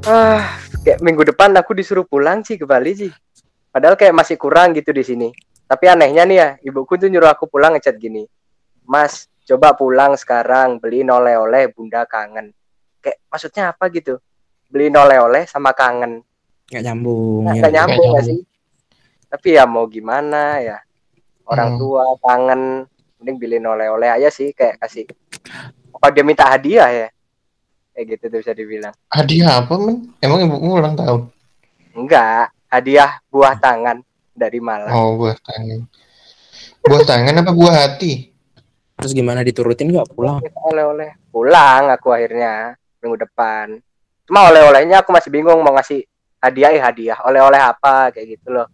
Kayak minggu depan aku disuruh pulang sih ke Bali sih. Padahal kayak masih kurang gitu di sini. Tapi anehnya nih ya, ibuku tuh nyuruh aku pulang ngechat gini. Mas, coba pulang sekarang, beliin oleh-oleh, bunda kangen. Kayak maksudnya apa gitu? Beliin oleh-oleh sama kangen. Nggak nyambung Nah, ya gak nggak sih? nyambung gak sih? Tapi ya mau gimana ya. Orang tua kangen, mending beliin oleh-oleh aja sih. Kayak kasih. Kalau dia minta hadiah ya. Kayak gitu tuh bisa dibilang. Hadiah apa men? Emang ibumu ulang tahun? Enggak, hadiah buah tangan dari Malang. Oh, buah tangan. Buah tangan apa buah hati? Terus gimana, diturutin nggak pulang? Oleh-oleh. Pulang aku akhirnya minggu depan. Cuma oleh-olehnya aku masih bingung mau ngasih hadiah. Oleh-oleh apa kayak gitu loh.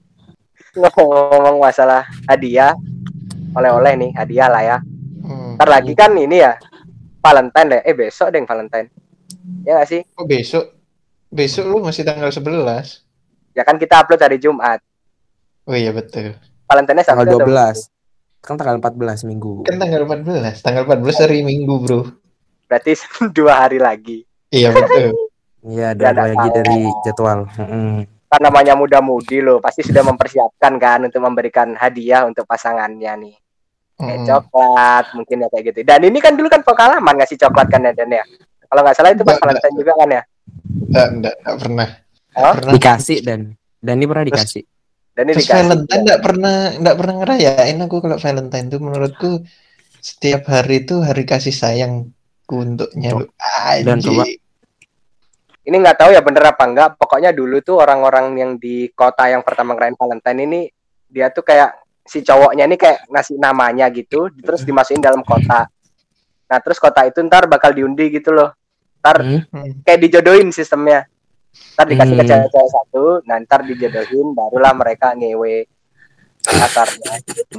Ngomong masalah hadiah, oleh-oleh nih, hadiah lah ya. Ntar lagi kan ini ya, Valentine deh. Besok deh Valentine. Ya nggak sih? Oh, besok. Besok lu masih tanggal 11. Ya kan kita upload hari Jumat. Oh iya betul. Valentine Tanggal Sabtu atau Minggu? 12. Kan tanggal 14 Minggu. Kan tanggal 14. Tanggal 14 hari Minggu, Bro. Berarti 2 hari lagi. Iya betul. Iya, Ya ada nggak lagi tahu. dari jadwal. Kan namanya muda-mudi loh, pasti sudah mempersiapkan kan untuk memberikan hadiah untuk pasangannya nih. Kayak coklat mungkin ya kayak gitu. Dan ini kan dulu kan pengalaman ngasih coklat kan ya Dan ya. Kalau nggak salah itu pas Valentine juga kan ya. Enggak pernah. Oh? Pernah. Dikasih dan ini pernah dikasih. Dan ini Terus dikasih. Valentine enggak pernah ngerayain aku. Kalau Valentine tuh menurutku setiap hari itu hari kasih sayangku untuknya lu. Dan coba Ini nggak tahu ya bener apa enggak. Pokoknya dulu tuh orang-orang yang di kota yang pertama ngerayain Valentine ini, dia tuh kayak si cowoknya ini kayak ngasih namanya gitu, terus dimasukin dalam kota. Nah terus kota itu ntar bakal diundi gitu loh. Ntar kayak dijodohin sistemnya. Ntar dikasih ke cewek-cewek satu, nah ntar dijodohin, barulah mereka ngewe kasarnya.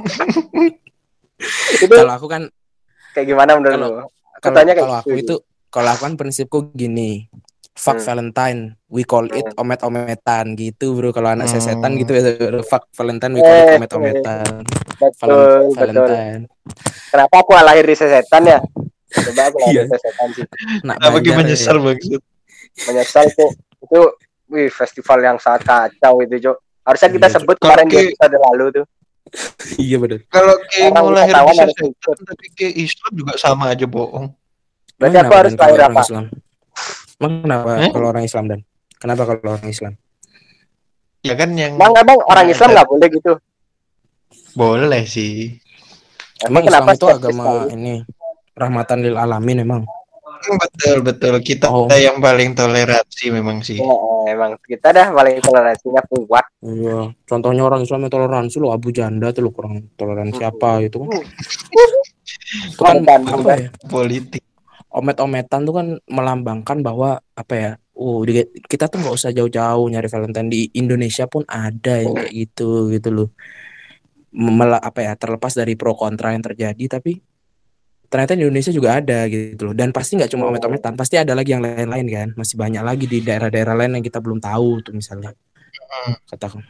Itu kalau aku kan kayak gimana menurut lu? Kalau aku kan prinsipku gini. Fuck Valentine, we call it omet-ometan gitu bro. Kalau anak sesetan gitu ya, fuck Valentine, we call it omet-ometan. Betul. Valentine. Kenapa aku lahir di sesetan ya? Coba aku lahir di sesetan sih. Kenapa menyesal maksud? Menyesal tuh itu festival yang sangat kacau itu, Cok. Harusnya kita sebut kemarin di episode lalu tuh. Iya benar. Kalau mau lahir di sesetan tapi ke Islam juga sama aja bohong. Berarti aku harus lahir apa? Islam. Kenapa kalau orang Islam Dan? Kenapa kalau orang Islam? Ya kan yang Bang orang Islam nggak boleh gitu? Boleh sih. Emang Islam itu agama ini rahmatan lil alamin emang. Betul. Kita yang paling toleransi memang sih. Emang kita dah paling toleransinya kuat. Iya. Contohnya orang Islam yang toleransi lo Abu Janda tuh lo kurang toleransi apa itu kan? Itu kan apa ya? Politik. Omet-ometan tuh kan melambangkan bahwa apa ya? Kita tuh nggak usah jauh-jauh nyari Valentine, di Indonesia pun ada yang kayak gitu loh. Terlepas dari pro kontra yang terjadi, tapi ternyata di Indonesia juga ada gitu loh. Dan pasti nggak cuma omet-ometan, pasti ada lagi yang lain-lain kan. Masih banyak lagi di daerah-daerah lain yang kita belum tahu tuh misalnya. Katakan.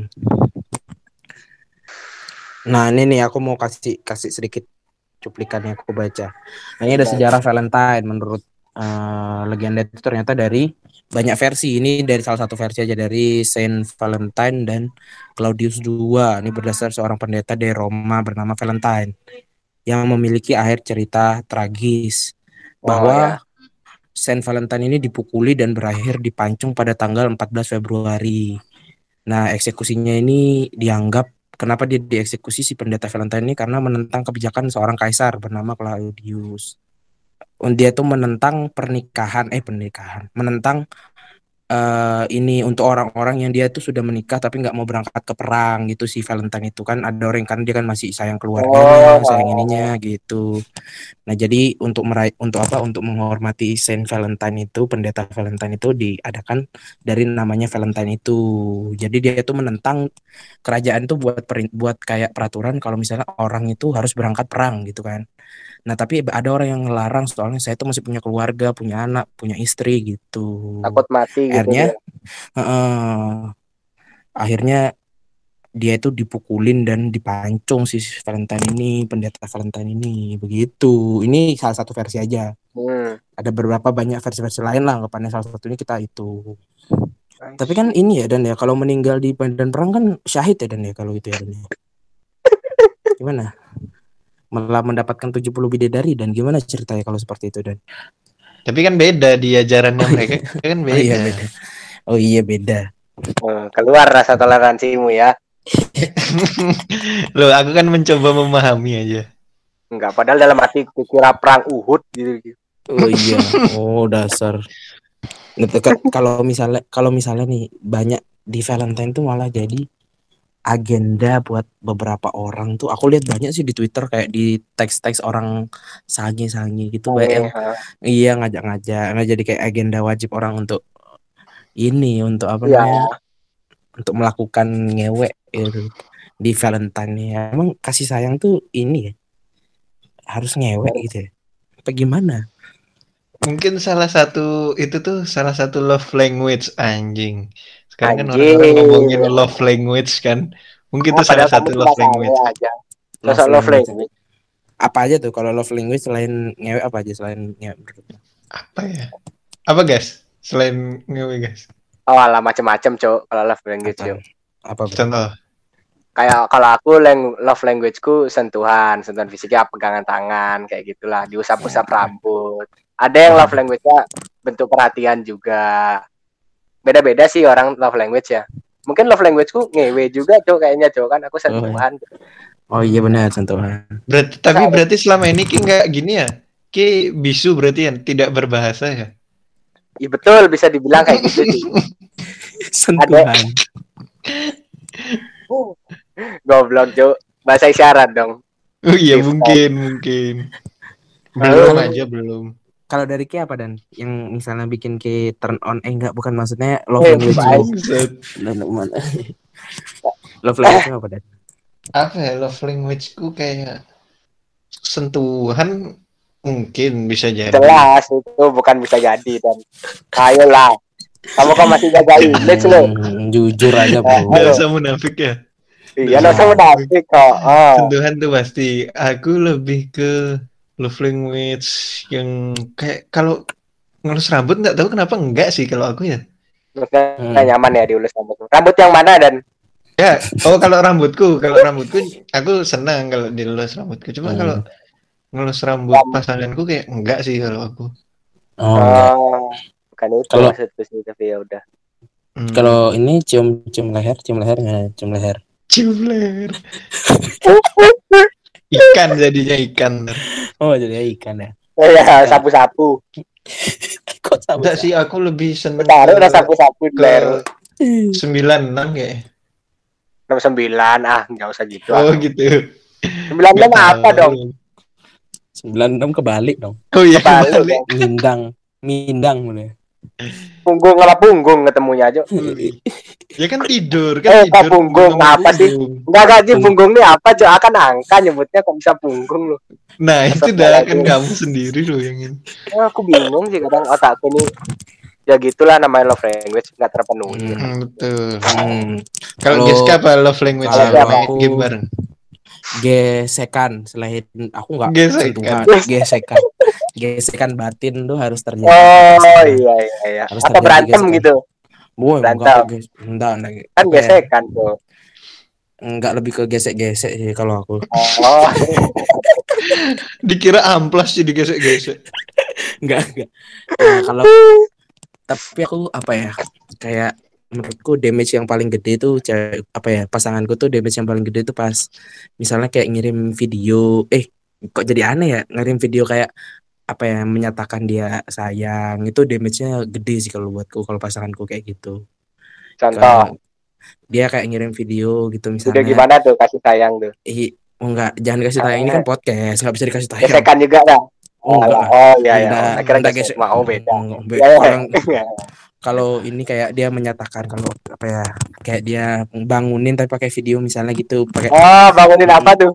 Nah ini nih aku mau kasih sedikit cuplikan yang aku baca. Nah, ini ada sejarah Valentine menurut legenda itu ternyata dari banyak versi. Ini dari salah satu versi aja, dari Saint Valentine dan Claudius II. Ini berdasar seorang pendeta dari Roma bernama Valentine yang memiliki akhir cerita tragis bahwa Saint Valentine ini dipukuli dan berakhir dipancung pada tanggal 14 Februari. Nah, eksekusinya ini dianggap, kenapa dia dieksekusi si pendeta Valentine ini? Karena menentang kebijakan seorang kaisar bernama Claudius. Dia tuh menentang menentang ini untuk orang-orang yang dia tuh sudah menikah tapi nggak mau berangkat ke perang gitu. Si Valentine itu kan ada orang kan dia kan masih sayang keluarganya, sayang ininya gitu. Nah jadi untuk menghormati Saint Valentine itu, pendeta Valentine itu diadakan dari namanya Valentine itu. Jadi dia itu menentang kerajaan tuh buat kayak peraturan kalau misalnya orang itu harus berangkat perang gitu kan. Nah tapi ada orang yang ngelarang, soalnya saya tuh masih punya keluarga, punya anak, punya istri gitu. Takut mati gitu. Akhirnya dia itu dipukulin dan dipancung si Valentine ini, pendeta Valentine ini begitu. Ini salah satu versi aja. ada beberapa banyak versi-versi lain lah anggapannya, salah satunya kita itu. Tapi kan ini ya Dan ya, kalau meninggal di medan perang kan syahid ya Dan ya, kalau gitu ya Dan ya. Gimana? Malah mendapatkan 70 bidadari, dan gimana ceritanya kalau seperti itu Dan? Tapi kan beda di ajarannya mereka kan Oh iya beda. beda. Oh iya beda. Keluar rasa toleransimu ya. Loh, aku kan mencoba memahami aja. Enggak, padahal dalam hati kira perang Uhud gitu. Oh iya. Oh dasar. Kalau misalnya nih banyak di Valentine tuh malah jadi agenda buat beberapa orang tuh. Aku lihat banyak sih di Twitter, kayak di teks-teks orang sange-sange gitu, banyak yang iya ngajak-ngajak, nggak jadi kayak agenda wajib orang untuk ini, untuk apa Iya. namanya, untuk melakukan ngewek gitu di Valentine ya. Emang kasih sayang tuh ini ya, harus ngewek gitu ya? Apa gimana? Mungkin salah satu love language anjing. Sekarang kan Anjing. orang-orang ngomongin love language kan. Mungkin itu salah Padahal kamu satu cuma love language. sange aja. Love Sosok love language. language. Apa aja tuh kalau love language selain ngewek, apa aja selain ngewek? Apa ya? Apa guys? Selain ngewe guys. Oh alah macem-macem cok kalau love language yo. Apa bro? Contoh. Kayak kalau aku love languageku sentuhan fisiknya, pegangan tangan kayak gitulah, diusap-usap rambut. Ada yang love language-nya bentuk perhatian juga. Beda-beda sih orang love language ya. Mungkin love languageku ngewe juga cok kayaknya cok, kan aku sentuhan. Oh iya benar, sentuhan. Berarti selama ini Ki nggak gini ya? Ki bisu berarti ya, tidak berbahasa ya? Iya betul, bisa dibilang kayak gitu sih. Sentuhan. Goblok cok, bahasa isyarat dong. Oh iya mungkin. Belum aja belum. Kalau dari Ki apa Dan? Yang misalnya bikin Ki turn on, enggak, bukan maksudnya love language. Love language apa Dan? Apa ya, love language-ku kayak sentuhan mungkin bisa jadi. Jelas itu bukan bisa jadi Dan. Ayolah. Kamu kan masih jaga image lo. Jujur aja bro. Nggak usah munafik ya. Iya, nggak usah munafik kok. Sentuhan tuh pasti. Aku lebih ke love language yang kayak kalau ngelus rambut, nggak tahu kenapa enggak sih kalau aku ya. Nyaman ya diulus rambut. Rambut yang mana Dan? Ya, kalau rambutku aku senang kalau dilus rambutku. Cuma kalau ngelus rambut pasanganku kayak enggak sih kalau aku. Bukan itu maksudku sih, tapi ya udah. Kalau ini cium leher nggak? Cium leher. Ikan jadinya ikan. Oh jadi ikan ya. Oh ya, sapu-sapu. Kok sapu? Enggak sih, aku lebih seneng taruh sapu-sapu di leher. 96 kayak. 69 nggak usah gitu. Oh gitu. 96 apa dong? 96 kebalik dong. Oh iya kebalik. Mindang boleh. Punggung sama punggung ketemunya aja. Ya kan tidur kan. Punggung apa sih? Enggak sih, punggung ini apa? Cok akan angka nyebutnya, kok bisa punggung lo. Nah, itu dah kan kamu sendiri lo yang ini. Aku bingung sih kadang otakku nih. Ya gitulah namanya love language, nggak terpenuhi. Betul. Kalau Giska apa love language main game bareng? Gesekan, selain aku nggak sentuhan, gesekan batin tuh harus terjadi. Oh iya. Apa berantem gesekan gitu? Berantem. Enggak. Kan gesekan tuh. Enggak, lebih ke gesek-gesek sih kalau aku. Dikira amplas jadi gesek-gesek. Enggak. Nah, kalau tapi aku apa ya? Kayak menurutku damage yang paling gede itu pasanganku tuh damage yang paling gede itu pas misalnya kayak ngirim video, kok jadi aneh ya, ngirim video kayak apa ya, menyatakan dia sayang, itu damage-nya gede sih kalau buatku, kalau pasanganku kayak gitu. Contoh dia kayak ngirim video gitu misalnya. Video gimana tuh kasih sayang tuh? Enggak, jangan kasih sayang, ini kan podcast, enggak bisa dikasih sayang. Gesekan juga dah. Iya. Akhirnya gesek mau beda. Kalau ini kayak dia menyatakan kalau apa ya, kayak dia bangunin tapi pakai video misalnya gitu, pakai bangunin apa tuh?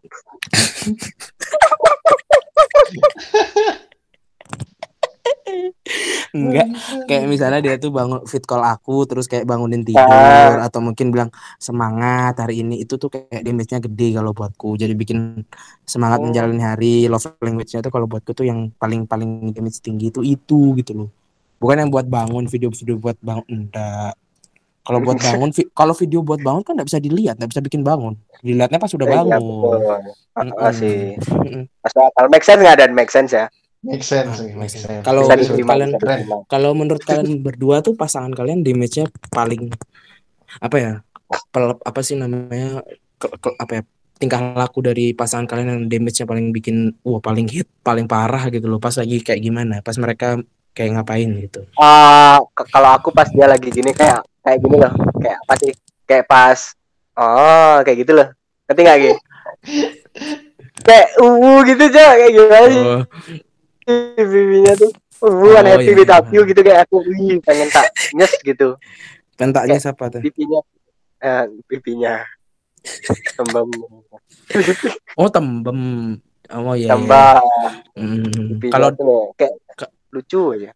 Enggak, kayak misalnya dia tuh bangun fit call aku terus kayak bangunin tidur atau mungkin bilang semangat hari ini, itu tuh kayak damage-nya gede kalau buatku. Jadi bikin semangat menjalani hari. Love language-nya tuh kalau buatku tuh yang paling damage tinggi itu gitu loh. Bukan yang buat bangun, video-video buat bangun, enggak. Kalau buat bangun, kalau video buat bangun kan nggak bisa dilihat, nggak bisa bikin bangun. Dilihatnya pas udah Iya bangun. betul. Sih. Masuk akal. Make sense nggak dan make sense ya? Make sense, make sense. Kalau Bisa menurut diterima, kalian, bisa diterima. kalau menurut kalian berdua tuh pasangan kalian damage-nya paling apa ya? Apa sih namanya? Apa ya? Tingkah laku dari pasangan kalian yang damage-nya paling bikin paling hit, paling parah gitu loh. Pas lagi kayak gimana? Pas mereka kayak ngapain gitu. Kalau aku pas dia lagi gini kayak gini loh. Kayak apa sih? Kayak pas kayak gitu loh. Ngerti nggak gitu? Kayak gitu aja kayak gimana sih? Bibinya tuh one happy iya, without you gitu, kayak aku pengen tak nyes gitu. Pentaknya siapa tuh? Pipinya tembem. Oh, tembem. Oh iya. Tambah Kalau tuh kayak lucu aja.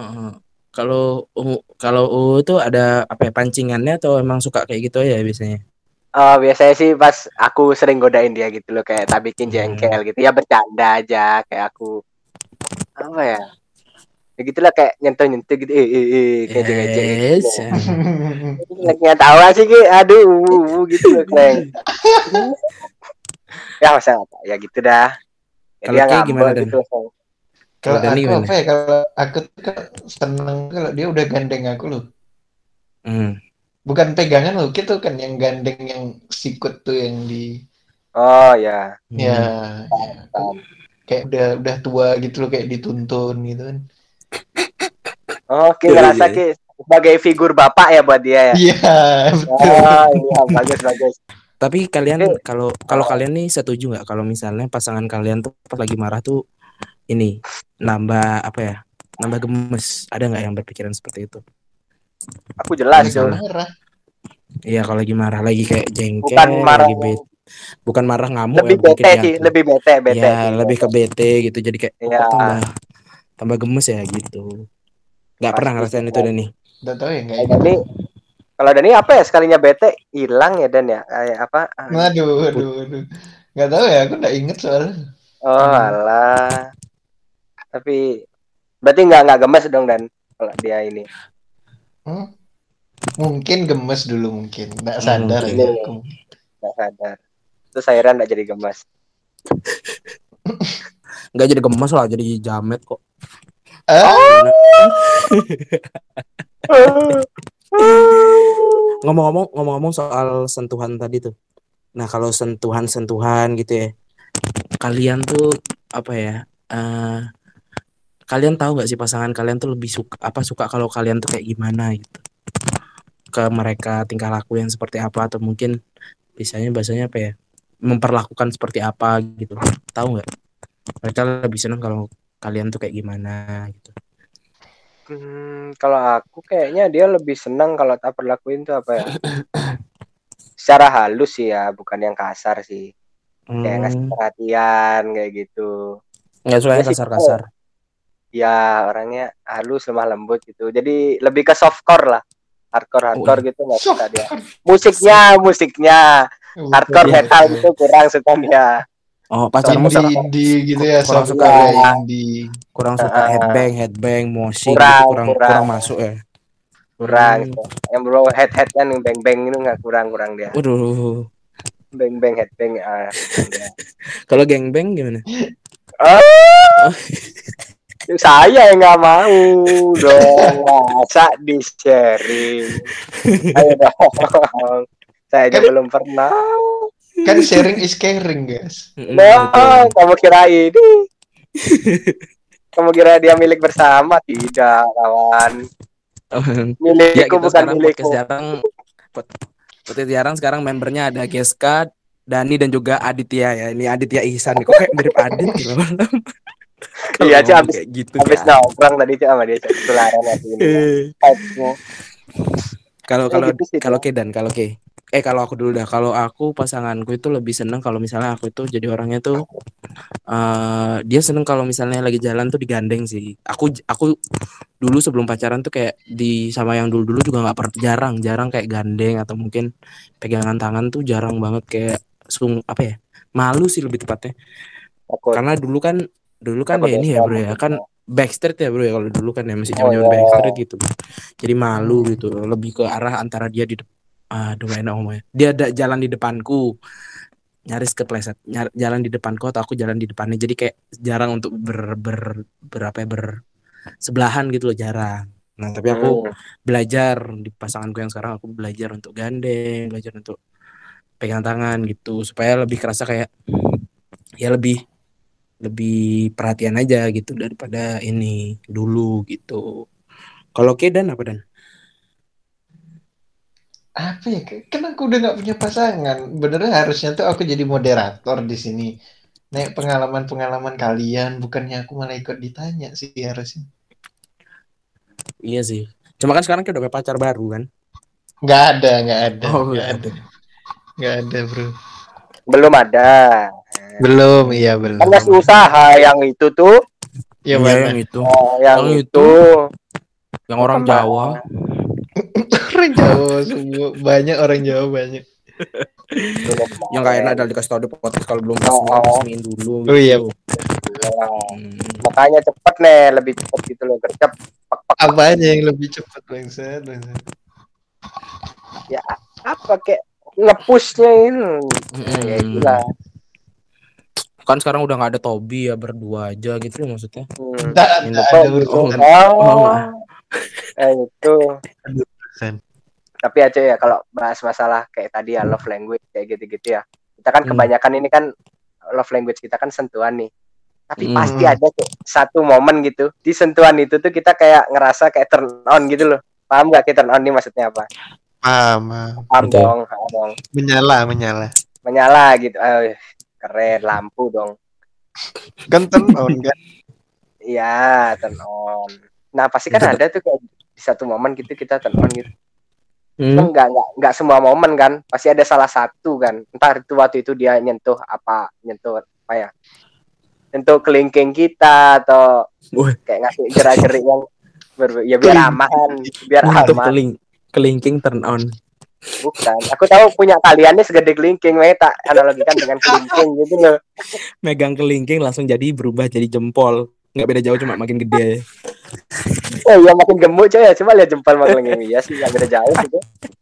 Kalau itu ada apa ya, pancingannya atau emang suka kayak gitu ya biasanya? Biasanya sih pas aku sering godain dia gitu loh, kayak tak bikin jengkel gitu ya, bercanda aja kayak aku apa ya, ya gitulah, kayak nyentuh gitu, kayak ngejek gitu. Nggak tahu sih ki, aduh gitu loh kleng. Ya masa ya gitu dah. Jadi Kalau ya kayak gimana ngambek Dan? gitu. Kalau Dani aku gimana? apa ya, kalau aku tuh seneng kalau dia udah gandeng aku loh. Bukan pegangan loh, gitu kan yang gandeng, yang sikut tuh yang di. Oh ya. Ya, aku kayak udah tua gitu loh, kayak dituntun gitu kan. Oke, ngerasa ki sebagai figur bapak ya buat dia ya. Iya, betul. Iya, bagus. Tapi kalian kalau kalian nih setuju nggak kalau misalnya pasangan kalian tuh pas lagi marah tuh ini nambah apa ya? Nambah gemes. Ada nggak yang berpikiran seperti itu? Aku jelas dong. Iya, kalau lagi marah, lagi kayak jengkel, Bukan marah, lagi bukan marah ngamuk lebih ya, mungkin bete ya. sih, lebih bete Ya, sih. lebih ke bete gitu. Jadi kayak ya. tambah gemes ya gitu. Nggak pernah ngerasain itu Dani? Nggak tahu ya, nggak Dani. Kalau Dani apa ya, sekalinya bete hilang ya Dan ya, kayak apa? Aduh. Nggak tahu ya, aku nggak inget soalnya. Oh alah. Tapi berarti nggak gemes dong Dan kalau dia ini. Mungkin gemes dulu, mungkin nggak sadar ya aku. Nggak sadar. Terus akhirnya nggak jadi gemes. Nggak jadi gemes lah, jadi jamet kok. Ngomong-ngomong soal sentuhan tadi tuh. Nah, kalau sentuhan gitu ya, kalian tuh apa ya? Kalian tahu nggak sih pasangan kalian tuh lebih suka kalau kalian tuh kayak gimana gitu? Ke mereka tingkah laku yang seperti apa, atau mungkin bahasanya apa ya? Memperlakukan seperti apa gitu. Tahu nggak? Mereka lebih senang kalau kalian tuh kayak gimana gitu. Kalau aku kayaknya dia lebih senang kalau tak perlakuin tuh apa ya? Secara halus sih ya, bukan yang kasar sih. Kayak ngasih perhatian kayak gitu. Nggak suka yang kasar-kasar. Ya, orangnya halus, lemah lembut gitu. Jadi lebih ke softcore lah. Hardcore gitu nggak suka dia. Musiknya hardcore metal gitu kurang suka dia. Oh, pacarmu indie gitu ya, kurang suka indie. Kurang suka headbang, musik kurang, gitu, kurang masuk ya. Kurang gitu. Yang bro head kan yang bang itu nggak kurang dia. Waduh. Bang headbang. Kalau gangbang gimana? Saya yang nggak mau dong, masa di sharing. Ayo dong. Saya aja belum pernah. Kan sharing is caring, guys. Nah, kamu kira ini? Kamu kira dia milik bersama? Tidak, kawan. Milikku ya, bukan milikku. Podcast jarang sekarang membernya ada Geska, Dani dan juga Aditya ya. Ini Aditya Ihsan nih. Kok kayak mirip Adit gitu. Iya, Cak, habis gitu. Habis nongkrong tadi Cak sama dia ketularan waktu ini. Kalau Kedan, kalau Kalau aku dulu dah, kalau aku pasanganku itu lebih seneng kalau misalnya aku itu jadi orangnya tuh dia seneng kalau misalnya lagi jalan tuh digandeng sih. Aku dulu sebelum pacaran tuh kayak sama yang dulu-dulu juga nggak jarang kayak gandeng atau mungkin pegangan tangan tuh jarang banget kayak apa ya? Malu sih lebih tepatnya. Takut Karena dulu kan takut ya ini ya dosa bro ya mungkin. kan Backstreet ya bro ya kalau dulu kan ya masih Oh zaman-zaman ya. Backstreet gitu. Jadi malu Hmm. gitu, lebih ke arah antara dia di depan. Aduh gak enak ngomongnya. Dia ada jalan di depanku, nyaris kepleset. Jalan di depanku atau aku jalan di depannya. Jadi kayak jarang untuk berapa ya, bersebelahan gitu loh, jarang. Nah, tapi aku Hmm. belajar di pasanganku yang sekarang, aku belajar untuk gandeng, belajar untuk pegang tangan gitu supaya lebih kerasa kayak ya lebih lebih perhatian aja gitu daripada ini dulu gitu. Kalau Dan apa Dan? Apa ya? Kan aku udah nggak punya pasangan. Benernya harusnya tuh aku jadi moderator di sini. Nek pengalaman-pengalaman kalian, bukannya aku malah ikut ditanya sih harusnya. Iya sih. Cuma kan sekarang kita udah punya pacar baru kan? Nggak ada, Oh, nggak nggak ada, ada. nggak ada bro. Belum ada. Belum, iya Kan belum. masih usaha yang itu tuh, Yang Iya mana? yang itu. yang Yang itu itu yang mau orang Jawa. kemana? Orang Jawa semua, banyak orang Jawa banyak. Belum Yang gak enak kemarin. adalah dikasih tahu di podcast kalau belum Oh, resmi kan oh, resmiin dulu Oh iya, gitu. iyalah. Hmm. Makanya cepet nih, lebih cepet gitu loh, gercep. Pak, pak, pak. apa aja yang lebih cepat bangsat, bangsat. Ya apa kayak ngepushnya ini? Ya itulah. Hmm. Kan sekarang udah nggak ada Tobi ya berdua aja gitu loh maksudnya. Hmm. Nggak Nginep. Oh ada gitu. urusan Oh Oh, nggak. itu. urusan. Tapi aja ya kalau bahas masalah kayak tadi ya love language kayak gitu-gitu ya. Kita kan Hmm. kebanyakan ini kan love language kita kan sentuhan nih. Tapi Hmm. pasti ada tuh satu momen gitu di sentuhan itu tuh kita kayak ngerasa kayak turn on gitu loh. Paham nggak kayak turn on nih maksudnya apa? Paham. Paham Betul. dong, paham dong. Menyala. Menyala gitu. Keren lampu dong. Kan turn on kan. Iya, turn on. Nah, pasti kan ada tuh kayak di satu momen gitu kita turn on gitu. Hmm. Enggak semua momen kan. Pasti ada salah satu kan. Entah itu waktu itu dia nyentuh apa ya? Nyentuh kelingking kita atau Wah, kayak ngasih gerak-gerik yang ya biar aman, biar nyentuh aman. kelingking turn on. Bukan. Aku tahu punya kalian nih segede kelingking, tak analogikan dengan kelingking gitu loh. Megang kelingking langsung jadi berubah jadi jempol. Nggak beda jauh cuma makin gede ya. Oh iya makin gemuk coy ya. Coba lihat jempol sama kelingking. Iya sih nggak beda jauh gitu.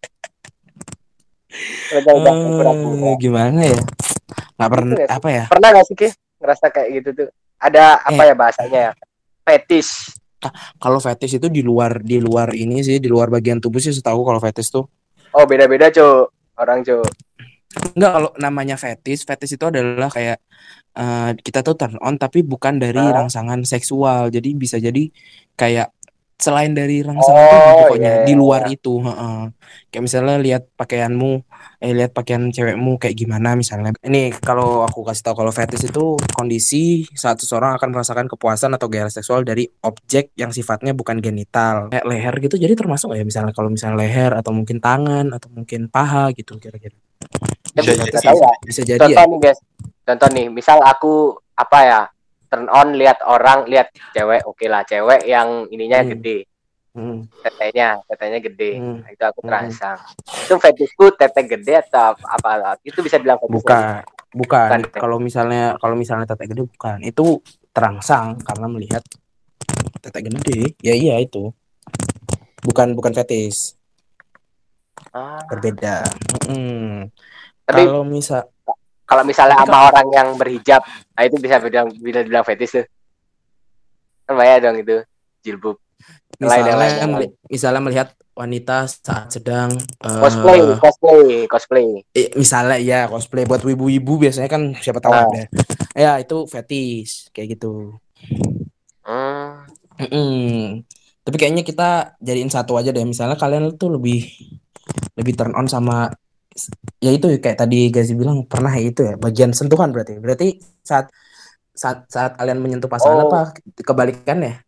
Udah pura-pura. Gimana ya? Nggak Gitu pernah nggak sih? apa ya? Pernah nggak sih Ki ngerasa kayak gitu tuh? Ada apa Eh, ya bahasanya ya? Fetish. Kalau fetish itu di luar ini sih, di luar bagian tubuh sih setahu kalau fetish tuh. Oh beda-beda cuk. Orang cuk. Enggak, kalau namanya fetish itu adalah kayak kita tuh turn on tapi bukan dari Hah? rangsangan seksual. Jadi bisa jadi kayak selain dari rangsangan tubuh Oh pokoknya iya. di luar Yeah. itu, heeh. Kayak misalnya lihat pakaian cewekmu kayak gimana misalnya. Ini kalau aku kasih tahu kalau fetish itu kondisi saat seseorang akan merasakan kepuasan atau gairah seksual dari objek yang sifatnya bukan genital. Kayak leher gitu jadi termasuk nggak ya misalnya kalau misalnya leher atau mungkin tangan atau mungkin paha gitu kira-kira. Bisa Itu Nggak fetish jadi. tahu ya. bisa jadi ya. Contoh nih guys. Contoh nih. Misal aku apa ya? Turn on lihat cewek. Oke lah cewek yang ininya Hmm. gede. Hmm. Tetenya gede. Hmm. Nah, itu aku Hmm. terangsang. Itu fetishku tete gede atau apa? Itu bisa bilang fetish nggak sih? Bukan. Bukan. Kalau misalnya tetek gede bukan. Itu terangsang karena melihat tetek gede. Ya iya itu. Bukan fetish. Ah, Berbeda. Hmm. tapi Kalau misal kalau misalnya tapi sama orang yang berhijab, nah itu bisa bilang fetish tuh. Kan bahaya dong itu. Jilbab. Yang lain. misalnya melihat wanita saat sedang Cosplay. misalnya ya cosplay buat wibu-wibu biasanya kan siapa tahu Ah, ada. Ya itu fetish kayak gitu. hmm. Mm-mm. Tapi kayaknya kita jadiin satu aja deh. Misalnya kalian tuh lebih turn on sama ya itu kayak tadi Gazi bilang pernah ya itu ya bagian sentuhan berarti. Berarti saat saat saat kalian menyentuh pasangan Oh, apa kebalikannya?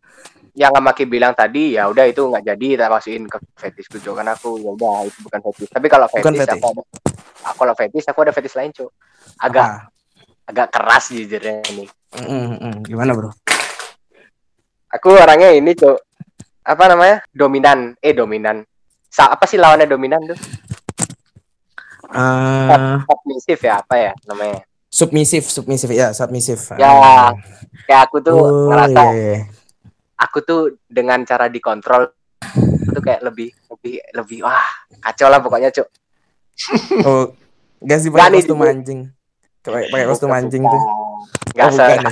yang Maki bilang tadi ya udah itu nggak jadi tak masukin ke fetishku Cuk. Karena aku ya udah itu bukan fetish. Tapi kalau Bukan fetish fetish. kalau fetish aku ada fetish lain Cuk. Agak Apa? agak keras jujurnya ini. Gimana bro? Aku orangnya ini Cuk. Apa namanya? Dominan. Dominan. Apa sih lawannya dominan tuh? Submisif ya apa ya namanya? Submisif ya, submisif. Ya, kayak aku tuh ngerasa iya. aku tuh dengan cara dikontrol tuh kayak lebih wah kacau lah pokoknya Cuk. Oh, gak sih Nggak pakai nih, kostum jujur. anjing. Pakai kostum Bukan, anjing bukan. tuh. Nggak Oh, bukan ya?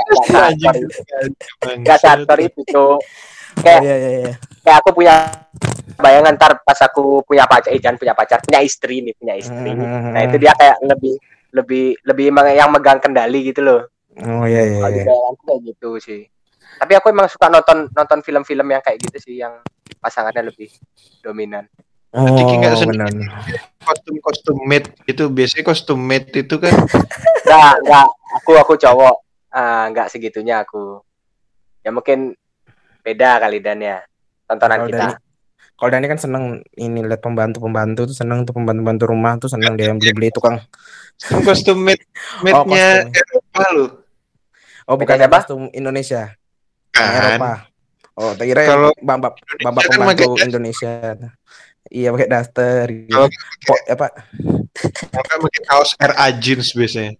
nggak seaktor itu Cuk. Oh Kayak iya. kayak aku punya bayangan ntar pas aku punya pacar, jangan punya pacar, punya istri. Nah itu dia kayak lebih yang megang kendali gitu loh. Oh iya. Kalau di bayangan kayak gitu sih. Tapi aku emang suka nonton film-film yang kayak gitu sih, yang pasangannya lebih dominan. Berarti nggak seneng benar. kostum maid itu, biasanya kostum maid itu kan Nggak. Aku cowok. Nggak segitunya aku. Ya mungkin beda kali Dan ya tontonan kita. Kalau Dani kan seneng ini lihat pembantu tuh, seneng tuh pembantu rumah tuh, seneng dia yang beli tukang. kostum maidnya Eropa loh. Oh bukan yang kostum Indonesia. Yang Eropa. Oh, tak kira yang babak pembantu Indonesia. Iya pakai daster gitu. Apa? Pakai kaos RA jeans biasanya.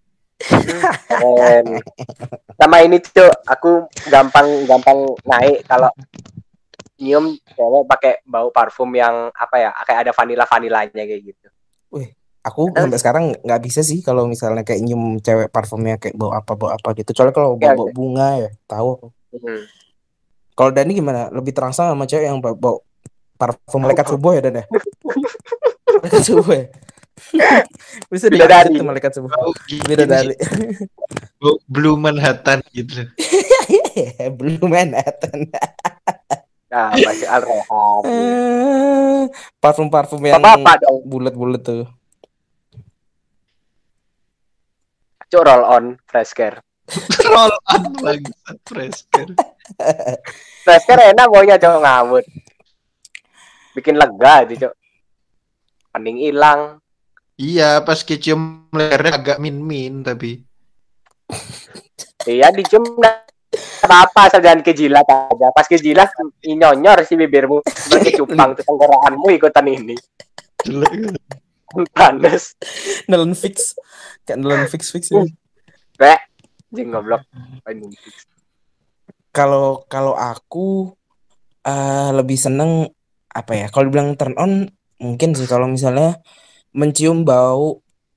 Sama ini Cuk, aku gampang naik kalau nyium cewek pakai bau parfum yang apa ya, kayak ada vanilanya kayak gitu. Wih, aku sampai sekarang nggak bisa sih kalau misalnya kayak nyium cewek parfumnya kayak bau apa gitu. Soalnya kalau bau bunga ya tahu. Kalau Dani gimana? Lebih terasa sama cewek yang bau parfum malaikat subuh ya Dan ya? Malaikat subuh ya? Bisa dilanjut tuh malaikat subuh. Bidadari. Blue Manhattan gitu. Blue Manhattan. Nah, masih Al-Rehan. Parfum yang bulat-bulat tuh. Cuk, roll on fresh care. Roll on lagi fresh care. Fresh care enak baunya Cuk, ngawut. Bikin lega itu Cuk. Pening hilang. Iya, pas kecium lehernya agak min tapi. Iya, dicium apa asal jangan kejilat aja. Pas kejilat nyonyor si bibirmu, seperti cupang tuh tenggorokanmu ikutan ini. Panas. Nelen fix ini. Jeng goblok. Kalau aku lebih seneng apa ya? Kalau dibilang turn on mungkin sih kalau misalnya mencium bau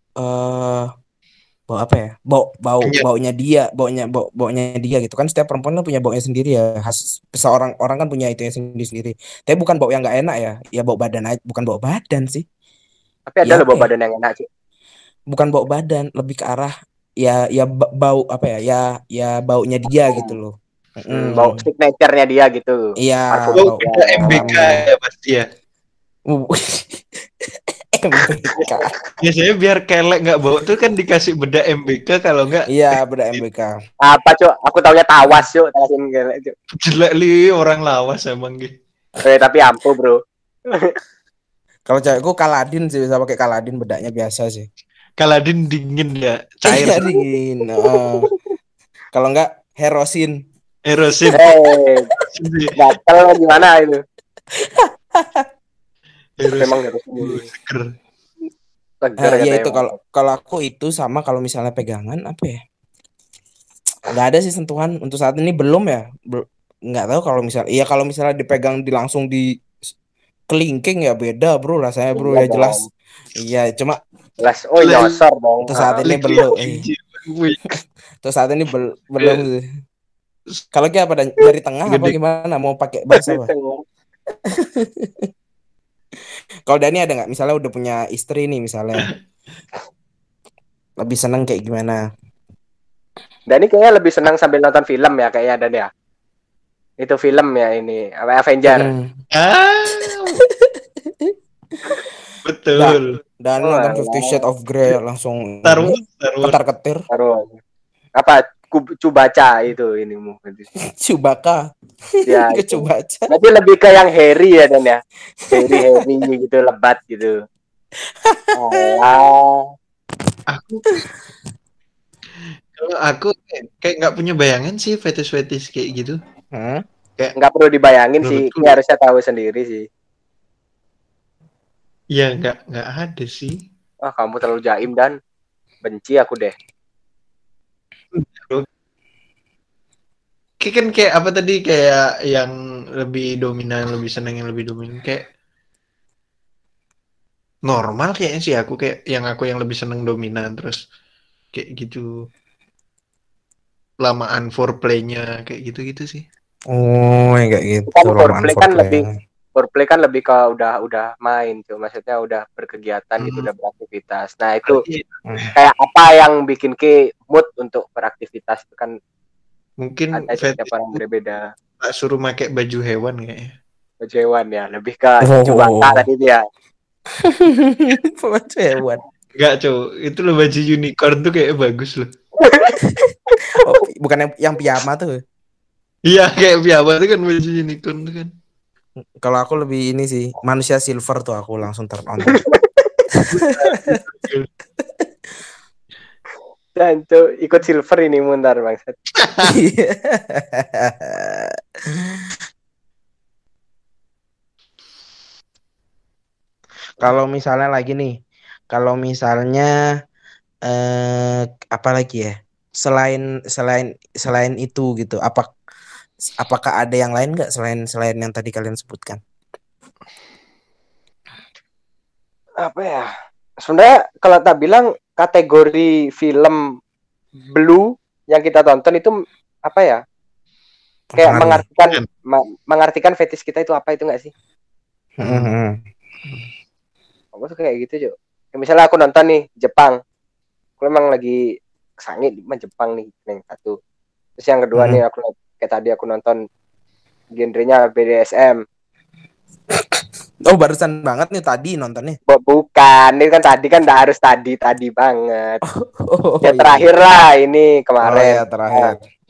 bau apa ya? Baunya dia gitu kan. Setiap perempuan kan punya baunya sendiri ya. Seorang orang kan punya itu sendiri. Tapi bukan bau yang nggak enak ya. Ya bau badan aja, bukan bau badan sih. Tapi ada loh bau badan yang enak sih. Bukan bau badan, lebih ke arah ya bau apa ya? Ya baunya dia gitu loh. Bau signature-nya dia gitu. Iya. Bau MBK ya pasti ya. MBK. Biasanya biar kelek nggak bau tuh kan dikasih bedak MBK, kalau nggak. Iya, bedak MBK. Apa Cuk? Aku taunya tawas Cuk, tawasin kelek Cuk. Jelek li orang lawas emang gitu. Tapi ampuh bro. Kalau cewekku Kaladin sih, bisa pakai Kaladin, bedaknya biasa sih. Kaladin dingin ya, cair. Dingin. Kalau enggak Herosin. Gatel gimana itu? Memang seger. Ya itu kalau aku itu sama kalau misalnya pegangan apa ya? Nggak ada sih sentuhan untuk saat ini, belum ya. Nggak tahu kalau misalnya dipegang langsung di kelingking ya beda bro rasanya bro, ya jelas. Iya cuma jelas nyosor dong. Untuk saat ini belum. Untuk saat ini belum sih. Kalau kayak apa dari tengah apa gimana, mau pakai bahasa apa? Kalau Dani ada nggak misalnya udah punya istri nih misalnya, lebih seneng kayak gimana? Dani kayaknya lebih senang sambil nonton film ya kayaknya Dani ya. Itu film ya ini Avenger. Betul. Dan nonton 50 Shades of Grey langsung taruh ketar-ketir. Apa Cubaca itu inimu. Chewbacca. Ya Ke itu. Chewbacca. Berarti lebih ke yang hairy ya Dan ya. Hairy gitu, lebat gitu. Oh. Aku kalau aku kayak nggak punya bayangan sih fetish kayak gitu. Kayak Nggak perlu dibayangin sih, menurutku ini harusnya tahu sendiri sih. ya nggak ada sih. Wah, kamu terlalu jaim Dan. Benci aku deh. Kayak kan kayak apa tadi kayak yang lebih dominan, lebih seneng yang lebih dominan kayak normal kayaknya sih aku yang lebih seneng dominan terus kayak gitu lamaan foreplaynya kayak gitu sih. Oh, kayak gitu. Kan Lamaan foreplay kan lebih ke udah main tuh, maksudnya udah berkegiatan gitu, udah beraktivitas. Nah itu kayak apa yang bikin ke mood untuk beraktivitas itu kan mungkin ada setiap orang berbeda. tak suruh pakai baju hewan kayaknya. Baju hewan ya, lebih ke Chewbacca Oh. tadi dia. Baju hewan. Enggak, Cok. Itu loh baju unicorn tuh kayak bagus loh. Oh, bukan yang piyama tuh. Iya, kayak biasa tuh kan baju unicorn tuh kan. Kalau aku lebih ini sih, manusia silver tuh aku langsung turn on. Dan tuh ikut silver ini muntar bangsat. Kalau misalnya lagi nih, kalau misalnya apa lagi ya? Selain itu gitu, apakah ada yang lain nggak selain yang tadi kalian sebutkan? Apa ya? Sebenarnya kalau tak bilang kategori film blue yang kita tonton itu apa ya? Kayak mengartikan fetish kita itu apa itu nggak sih? Aku tuh kayak gitu Jo. Ya, misalnya aku nonton nih Jepang, aku memang lagi kesangit sama Jepang nih yang satu. Terus yang kedua nih aku kayak tadi aku nonton genrenya BDSM. Oh, barusan banget nih tadi nontonnya. Bukan, ini kan tadi kan udah harus tadi banget. Oh, ya terakhir lah ini kemarin. Oh ya terakhir.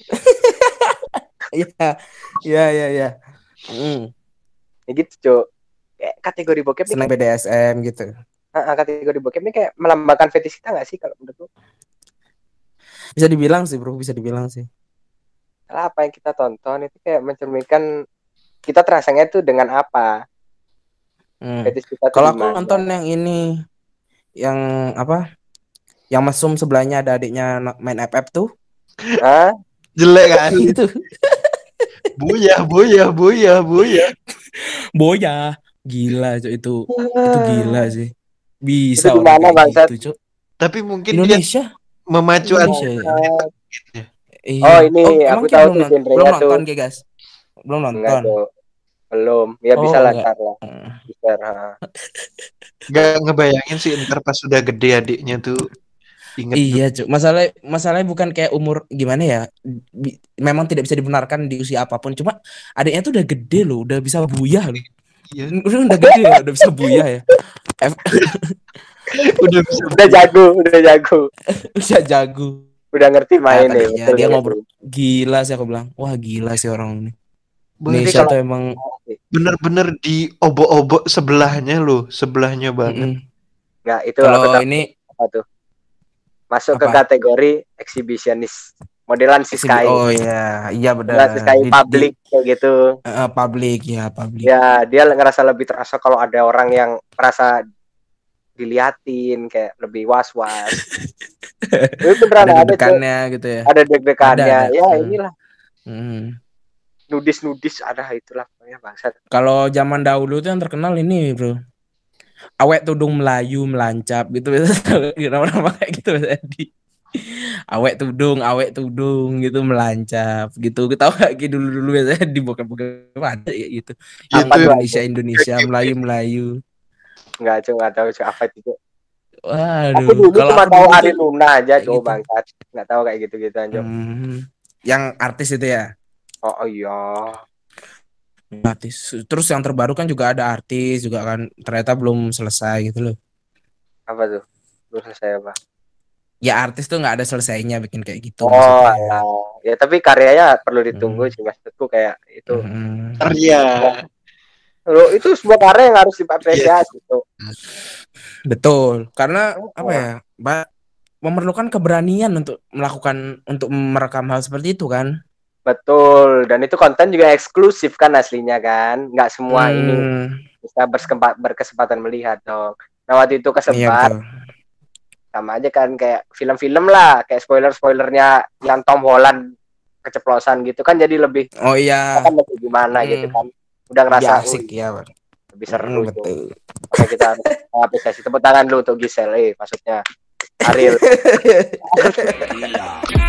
Iya. Ya gitu Cok. Kayak kategori bokep senang BDSM gitu. Kategori bokep ini kayak melambangkan fetish kita nggak sih kalau menurutku? Bisa dibilang sih bro, bisa dibilang sih. Apa yang kita tonton itu kayak mencerminkan kita terasanya itu dengan apa? Fetish kita kalau aku nonton yang ini, yang apa? Yang mesum sebelahnya ada adiknya main FF tuh. Hah? Jelek kan? Itu. Boya. Boya. Gila Cuk, itu gila sih. Bisa itu orang kayak bangsat? gitu, Cuk. Tapi mungkin Indonesia dia memacu Indonesia ya. Oh ini emang aku tahu belum nonton guys. Belum nonton. Enggak tuh. Belum. Ya bisa lancar lah. Bisa. Gak ngebayangin sih ntar pas sudah gede adiknya tuh inget. Iya Cuk. Masalahnya bukan kayak umur gimana ya. Memang tidak bisa dibenarkan di usia apapun. Cuma adiknya tuh udah gede loh, udah bisa buyah loh. Iya. Udah gede ya, udah bisa buyah ya. udah jago. Udah jago. Udah ngerti main nih. Ya, dia ngobrol gila sih aku bilang. Wah gila sih orang ini. Indonesia tuh emang bener-bener di obok-obok sebelahnya banget. Enggak, itu kalau ini apa tuh? Masuk ke kategori eksibisionis. Modelan Siskai. Oh iya benar. Siskai publik kayak gitu. Publik. Ya, dia ngerasa lebih terasa kalau ada orang yang merasa diliatin kayak lebih was-was. Itu beneran ada deg-degannya gitu ya. Ada deg-degannya. Ya inilah. Nudis ada itulah pokoknya bangsat. Kalau zaman dahulu tuh yang terkenal ini, Bro. Awet tudung Melayu melancap gitu nama kayak gitu tadi. Awet tudung gitu melancap gitu. Kita tahu kayak dulu biasanya di bokep-bokep ada ya gitu. Indonesia Melayu. Enggak tahu apa itu. Waduh. Aku dulu cuma tahu Ari Luna aja coba bangsat. Enggak tahu kayak gitu aja. Yang artis itu ya? Oh iya. Artis. Terus yang terbaru kan juga ada artis juga kan ternyata belum selesai gitu loh. Apa tuh? Belum selesai apa? ya artis tuh nggak ada selesainya bikin kayak gitu Oh, maksudnya. alah. Ya tapi karyanya perlu ditunggu sih maksudku kayak itu. Iya. Loh, itu sebuah karya yang harus diapresiasi tuh. Betul, karena Oh, apa ya, memerlukan keberanian untuk merekam hal seperti itu kan. betul, dan itu konten juga eksklusif kan aslinya kan, nggak semua ini bisa berkesempatan melihat dong. Nah waktu itu Iya kesempat, betul. sama aja kan kayak film-film lah, kayak spoilernya yang Tom Holland keceplosan gitu kan jadi lebih Oh iya, kan lebih gimana gitu kan, udah lebih ngerasa asik ya, Bang. lebih seru tuh. Betul. Makanya kita harus apresiasi, tepuk tangan dulu untuk Giselle, maksudnya Ariel. Iya.